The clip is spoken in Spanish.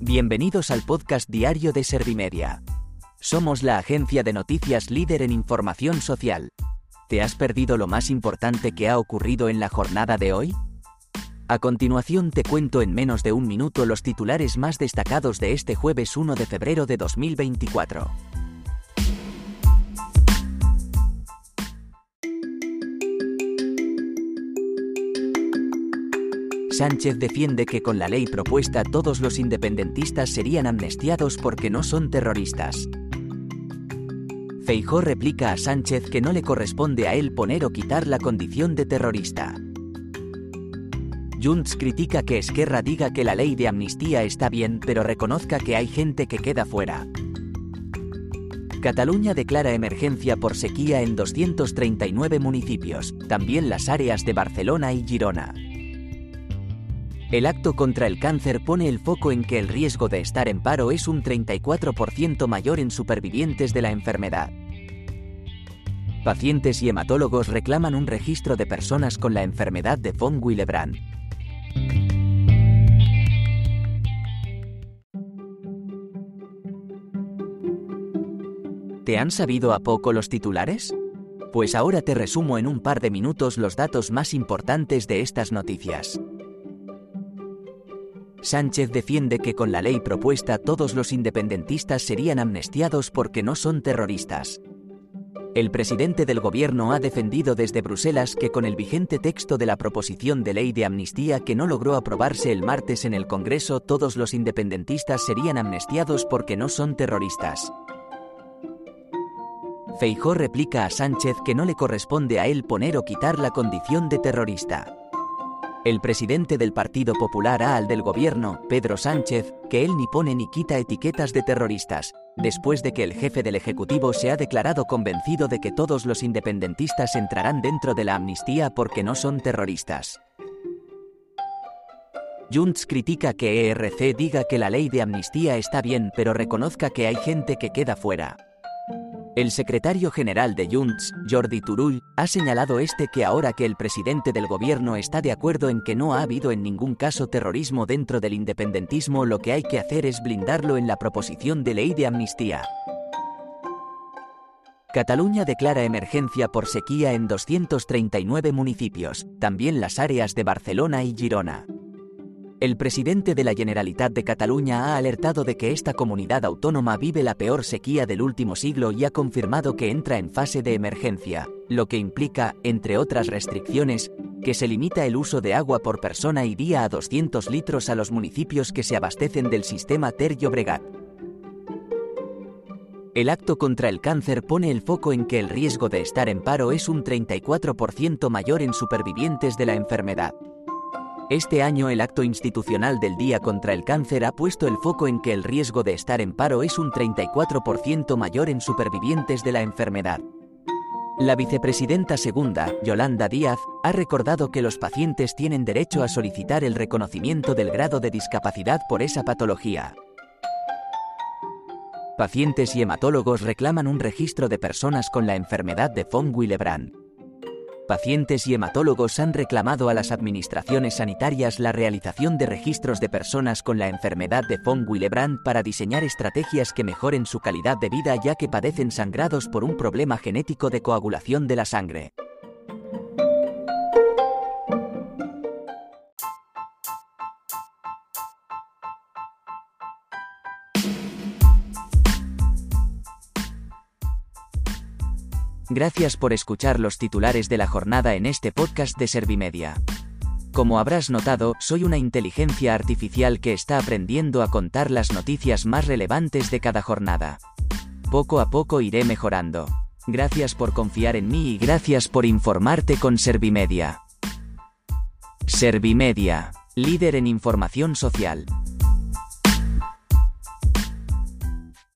Bienvenidos al podcast diario de Servimedia. Somos la agencia de noticias líder en información social. ¿Te has perdido lo más importante que ha ocurrido en la jornada de hoy? A continuación te cuento en menos de un minuto los titulares más destacados de este jueves 1 de febrero de 2024. Sánchez defiende que con la ley propuesta todos los independentistas serían amnistiados porque no son terroristas. Feijóo replica a Sánchez que no le corresponde a él poner o quitar la condición de terrorista. Junts critica que Esquerra diga que la ley de amnistía está bien pero reconozca que hay gente que queda fuera. Cataluña declara emergencia por sequía en 239 municipios, también las áreas de Barcelona y Girona. El Acto contra el Cáncer pone el foco en que el riesgo de estar en paro es un 34% mayor en supervivientes de la enfermedad. Pacientes y hematólogos reclaman un registro de personas con la enfermedad de von Willebrand. ¿Te han sabido a poco los titulares? Pues ahora te resumo en un par de minutos los datos más importantes de estas noticias. Sánchez defiende que con la ley propuesta todos los independentistas serían amnistiados porque no son terroristas. El presidente del gobierno ha defendido desde Bruselas que con el vigente texto de la proposición de ley de amnistía que no logró aprobarse el martes en el Congreso, todos los independentistas serían amnistiados porque no son terroristas. Feijóo replica a Sánchez que no le corresponde a él poner o quitar la condición de terrorista. El presidente del Partido Popular al del gobierno, Pedro Sánchez, que él ni pone ni quita etiquetas de terroristas, después de que el jefe del Ejecutivo se ha declarado convencido de que todos los independentistas entrarán dentro de la amnistía porque no son terroristas. Junts critica que ERC diga que la ley de amnistía está bien pero reconozca que hay gente que queda fuera. El secretario general de Junts, Jordi Turull, ha señalado que ahora que el presidente del gobierno está de acuerdo en que no ha habido en ningún caso terrorismo dentro del independentismo, lo que hay que hacer es blindarlo en la proposición de ley de amnistía. Cataluña declara emergencia por sequía en 239 municipios, también las áreas de Barcelona y Girona. El presidente de la Generalitat de Cataluña ha alertado de que esta comunidad autónoma vive la peor sequía del último siglo y ha confirmado que entra en fase de emergencia, lo que implica, entre otras restricciones, que se limita el uso de agua por persona y día a 200 litros a los municipios que se abastecen del sistema Ter Llobregat. El Acto contra el Cáncer pone el foco en que el riesgo de estar en paro es un 34% mayor en supervivientes de la enfermedad. Este año el acto institucional del Día contra el Cáncer ha puesto el foco en que el riesgo de estar en paro es un 34% mayor en supervivientes de la enfermedad. La vicepresidenta segunda, Yolanda Díaz, ha recordado que los pacientes tienen derecho a solicitar el reconocimiento del grado de discapacidad por esa patología. Pacientes y hematólogos reclaman un registro de personas con la enfermedad de von Willebrand. Pacientes y hematólogos han reclamado a las administraciones sanitarias la realización de registros de personas con la enfermedad de von Willebrand para diseñar estrategias que mejoren su calidad de vida ya que padecen sangrados por un problema genético de coagulación de la sangre. Gracias por escuchar los titulares de la jornada en este podcast de Servimedia. Como habrás notado, soy una inteligencia artificial que está aprendiendo a contar las noticias más relevantes de cada jornada. Poco a poco iré mejorando. Gracias por confiar en mí y gracias por informarte con Servimedia. Servimedia, líder en información social.